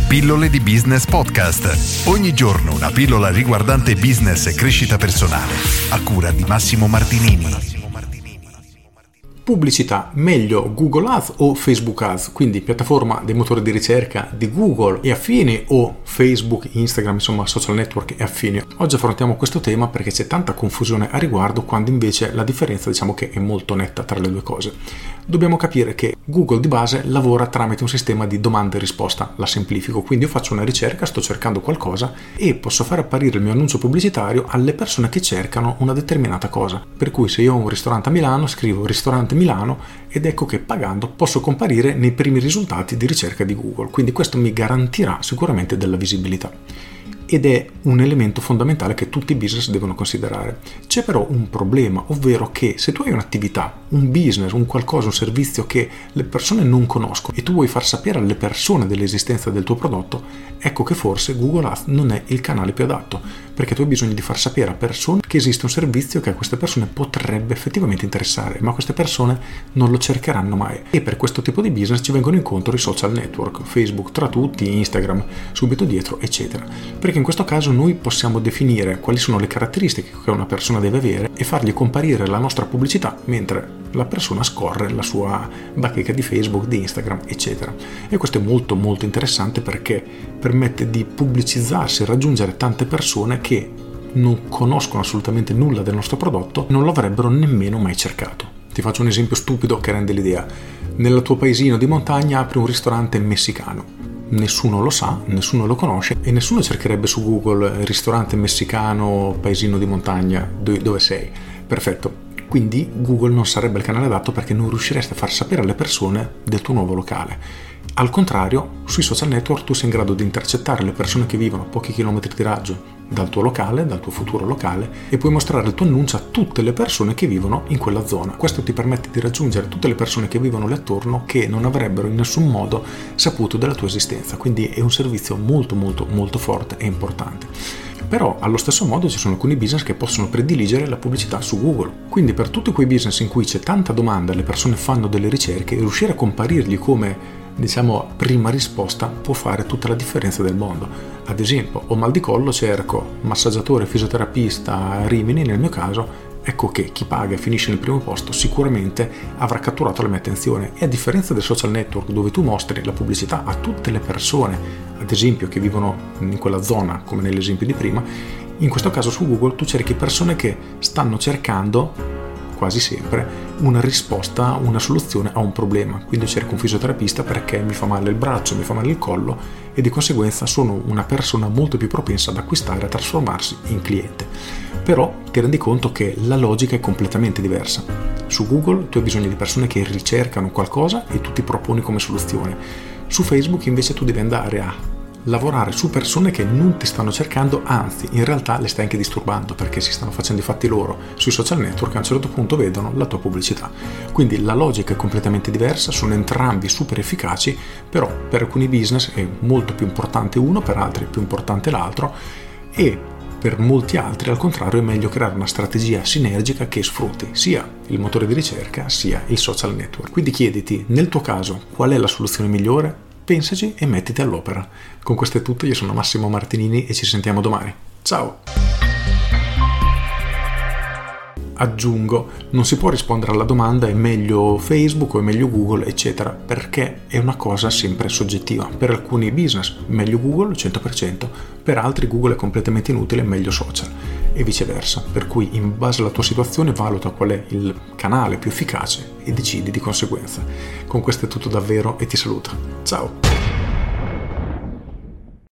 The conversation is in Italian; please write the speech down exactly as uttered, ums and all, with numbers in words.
Pillole di Business Podcast. Ogni giorno una pillola riguardante business e crescita personale. A cura di Massimo Martinini. Pubblicità, meglio Google Ads o Facebook Ads, quindi piattaforma dei motori di ricerca di Google e affini o Facebook, Instagram, insomma social network e affini. Oggi affrontiamo questo tema perché c'è tanta confusione a riguardo, quando invece la differenza diciamo che è molto netta tra le due cose. Dobbiamo capire che Google di base lavora tramite un sistema di domanda e risposta, la semplifico, quindi io faccio una ricerca, sto cercando qualcosa e posso fare apparire il mio annuncio pubblicitario alle persone che cercano una determinata cosa. Per cui se io ho un ristorante a Milano, scrivo ristorante Milano ed ecco che pagando posso comparire nei primi risultati di ricerca di Google, quindi questo mi garantirà sicuramente della visibilità. Ed è un elemento fondamentale che tutti i business devono considerare. C'è però un problema, ovvero che se tu hai un'attività, un business, un qualcosa, un servizio che le persone non conoscono e tu vuoi far sapere alle persone dell'esistenza del tuo prodotto, ecco che forse Google Ads non è il canale più adatto, perché tu hai bisogno di far sapere a persone che esiste un servizio che a queste persone potrebbe effettivamente interessare, ma queste persone non lo cercheranno mai. E per questo tipo di business ci vengono incontro i social network, Facebook tra tutti, Instagram subito dietro, eccetera. Perché in questo caso noi possiamo definire quali sono le caratteristiche che una persona deve avere e fargli comparire la nostra pubblicità mentre la persona scorre la sua bacheca di Facebook, di Instagram, eccetera. E questo è molto molto interessante perché permette di pubblicizzarsi e raggiungere tante persone che non conoscono assolutamente nulla del nostro prodotto, non lo avrebbero nemmeno mai cercato. Ti faccio un esempio stupido che rende l'idea. Nel tuo paesino di montagna apri un ristorante messicano. Nessuno lo sa, nessuno lo conosce e nessuno cercherebbe su Google ristorante messicano, paesino di montagna, dove sei. Perfetto. Quindi Google non sarebbe il canale adatto perché non riusciresti a far sapere alle persone del tuo nuovo locale. Al contrario, sui social network tu sei in grado di intercettare le persone che vivono a pochi chilometri di raggio dal tuo locale, dal tuo futuro locale, e puoi mostrare il tuo annuncio a tutte le persone che vivono in quella zona. Questo ti permette di raggiungere tutte le persone che vivono lì attorno che non avrebbero in nessun modo saputo della tua esistenza. Quindi è un servizio molto molto molto forte e importante. Però allo stesso modo ci sono alcuni business che possono prediligere la pubblicità su Google. Quindi per tutti quei business in cui c'è tanta domanda e le persone fanno delle ricerche, riuscire a comparirgli come diciamo prima risposta può fare tutta la differenza del mondo. Ad esempio, ho mal di collo, cerco massaggiatore, fisioterapista a Rimini nel mio caso, ecco che chi paga e finisce nel primo posto sicuramente avrà catturato la mia attenzione. E a differenza del social network dove tu mostri la pubblicità a tutte le persone, ad esempio che vivono in quella zona come nell'esempio di prima, in questo caso su Google tu cerchi persone che stanno cercando quasi sempre una risposta, una soluzione a un problema. Quindi cerco un fisioterapista perché mi fa male il braccio, mi fa male il collo e di conseguenza sono una persona molto più propensa ad acquistare e a trasformarsi in cliente. Però ti rendi conto che la logica è completamente diversa. Su Google tu hai bisogno di persone che ricercano qualcosa e tu ti proponi come soluzione. Su Facebook invece tu devi andare a lavorare su persone che non ti stanno cercando, anzi in realtà le stai anche disturbando perché si stanno facendo i fatti loro. Sui social network a un certo punto vedono la tua pubblicità. Quindi la logica è completamente diversa, sono entrambi super efficaci, però per alcuni business è molto più importante uno, per altri è più importante l'altro e per molti altri al contrario è meglio creare una strategia sinergica che sfrutti sia il motore di ricerca sia il social network. Quindi chiediti nel tuo caso qual è la soluzione migliore, pensaci e mettiti all'opera. Con questo è tutto, io sono Massimo Martinini e ci sentiamo domani. Ciao! Aggiungo, non si può rispondere alla domanda è meglio Facebook o è meglio Google, eccetera, perché è una cosa sempre soggettiva. Per alcuni business meglio Google cento per cento, per altri Google è completamente inutile, meglio social e viceversa. Per cui in base alla tua situazione valuta qual è il canale più efficace e decidi di conseguenza. Con questo è tutto davvero e ti saluto. Ciao!